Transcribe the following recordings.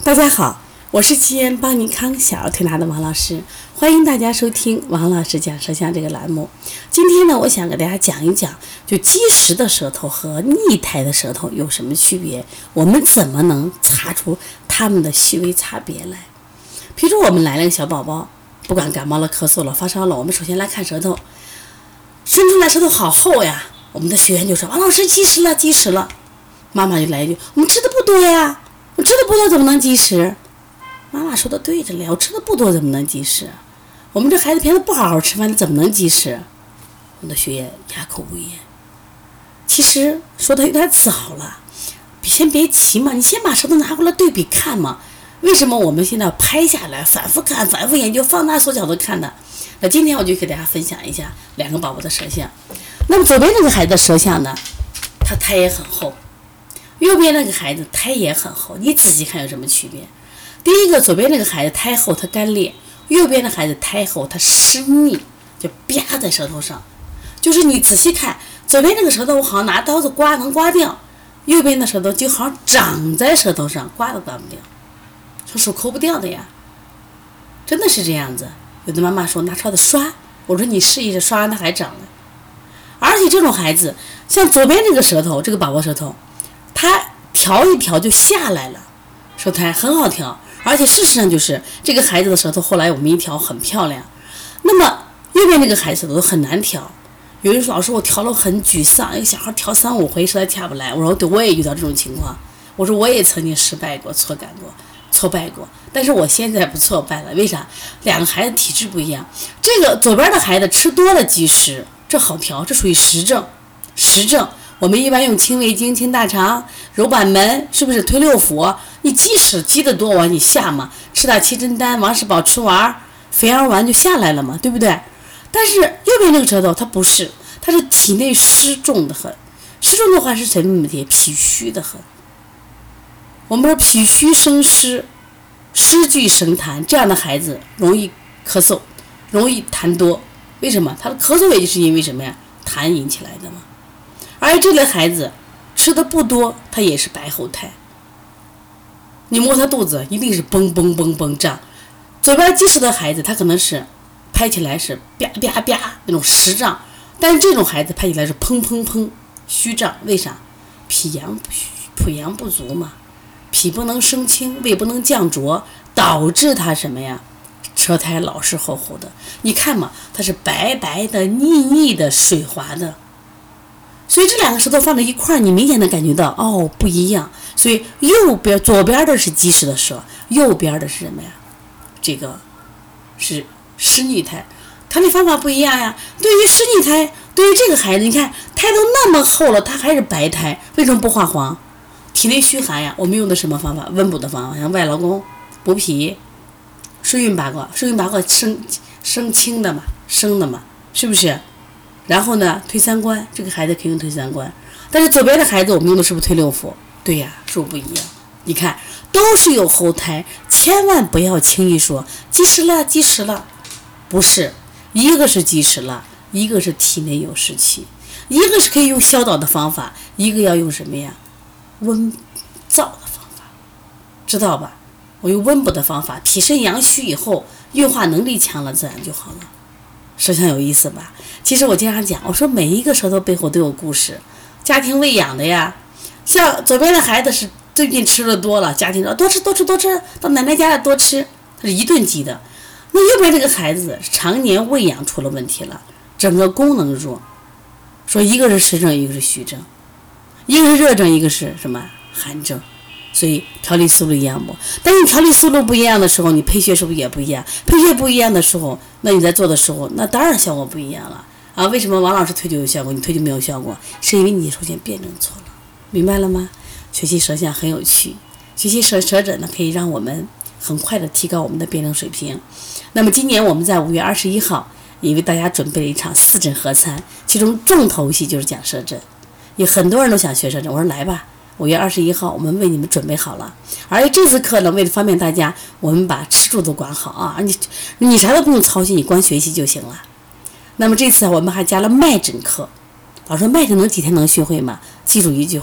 大家好，我是吉言邦尼康小儿推拿的王老师，欢迎大家收听王老师讲舌象这个栏目。今天呢，我想给大家讲一讲，就积食的舌头和逆苔的舌头有什么区别，我们怎么能查出它们的细微差别来。比如说我们来了个小宝宝，不管感冒了、咳嗽了、发烧了，我们首先来看舌头，伸出来舌头好厚呀，我们的学员就说王老师积食了，积食了。妈妈就来一句，我们吃的不多呀，我吃的不多怎么能积食？妈妈说的对着嘞，我吃的不多怎么能积食？我们这孩子平时不好好吃饭，怎么能积食？我的学员哑口无言。其实说的有点早了，先别急嘛，你先把舌头拿过来对比看嘛。为什么我们现在拍下来反复看、反复研究、放大缩小的看的？那今天我就给大家分享一下两个宝宝的舌象。那么左边这个孩子的舌象呢，他苔也很厚，右边那个孩子苔也很厚，你仔细看有什么区别？第一个，左边那个孩子苔厚，它干裂；右边的孩子苔厚，它湿腻，就啪在舌头上。就是你仔细看，左边这个舌头我好像拿刀子刮能刮掉，右边的舌头就好像长在舌头上，刮都刮不掉，说手抠不掉的呀，真的是这样子。有的妈妈说拿刷子刷，我说你试一试，刷完它还长了。而且这种孩子，像左边这个舌头，这个宝宝舌头，它调一调就下来了，舌苔很好调。而且事实上就是这个孩子的舌头后来我们一调很漂亮。那么右边这个孩子舌头很难调，有人说老师我调了很沮丧，一个小孩调3-5回实在下不来。我说对，我也遇到这种情况，我说我也曾经失败过、挫败过，但是我现在不挫败了。为啥？两个孩子体质不一样，这个左边的孩子吃多了积食，这好调，这属于实症。我们一般用清胃经、清大肠、揉板门，是不是推六腑？你积食积得多往你下嘛，吃点七珍丹、王氏保吃丸、肥儿丸就下来了嘛，对不对？但是右边这个舌头它不是，它是体内湿重的很。湿重的话是什么问题？脾虚的很。我们说脾虚生湿，湿聚生痰，这样的孩子容易咳嗽，容易痰多。为什么？他的咳嗽也就是因为什么呀？痰引起来的嘛。而这类孩子吃的不多，他也是白厚苔。你摸他肚子，一定是嘣嘣嘣嘣胀。左边积食的孩子，他可能是拍起来是啪啪啪那种实胀，但是这种孩子拍起来是砰砰砰虚胀。为啥？脾阳不足嘛，脾不能升清，胃不能降浊，导致他什么呀？舌苔老是厚厚的。你看嘛，它是白白的、腻腻的、水滑的。所以这两个舌头放在一块儿，你明显的感觉到不一样。所以左边的是积食的舌，右边的是什么呀？这个是湿逆苔，调理方法不一样呀。对于湿逆苔，对于这个孩子，你看苔都那么厚了，它还是白苔，为什么不化黄？体内虚寒呀。我们用的什么方法？温补的方法，像外劳宫、补脾、顺运八卦生清的嘛，生的嘛，是不是？然后呢，推三关，这个孩子可以用推三关。但是左边的孩子我们用的是不是推六腑？对呀，是不是不一样？你看都是有厚苔，千万不要轻易说积食了，不是，一个是积食了，一个是体内有湿气，一个是可以用消导的方法，一个要用什么呀？温燥的方法，知道吧？我用温补的方法，脾肾阳虚以后，运化能力强了，自然就好了。舌象有意思吧？其实我经常讲，我说每一个舌头背后都有故事，家庭喂养的呀。像左边的孩子是最近吃的多了，家庭说多吃，到奶奶家里多吃，他是一顿积的。那右边这个孩子常年喂养出了问题了，整个功能弱。说一个是湿症，一个是虚症，一个是热症，一个是什么寒症。所以调理思路一样不？但是你调理思路不一样的时候，你配穴是不是也不一样？配穴不一样的时候，那你在做的时候，那当然效果不一样了啊！为什么王老师推就有效果，你推就没有效果？是因为你首先辩证错了，明白了吗？学习舌象很有趣，学习舌诊呢，可以让我们很快的提高我们的辩证水平。那么今年我们在5月21号也为大家准备了一场4诊合参，其中重头戏就是讲舌诊，有很多人都想学舌诊，我说来吧。5月21号我们为你们准备好了，而且这次课呢，为了方便大家，我们把吃住都管好啊，你啥都不用操心，你光学习就行了。那么这次我们还加了脉诊课，老师说脉诊能几天能学会吗？记住一句话，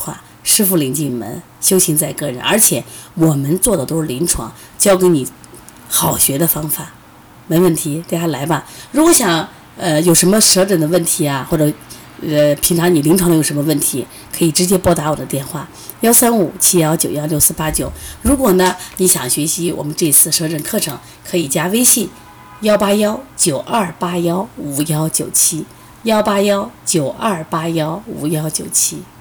师傅领进门，修行在个人，而且我们做的都是临床，教给你好学的方法，没问题，大家来吧。如果想有什么舌诊的问题啊，或者平常你临床的有什么问题，可以直接拨打我的电话13571916489。如果呢你想学习我们这次舌诊课程，可以加微信18192815197，18192815197。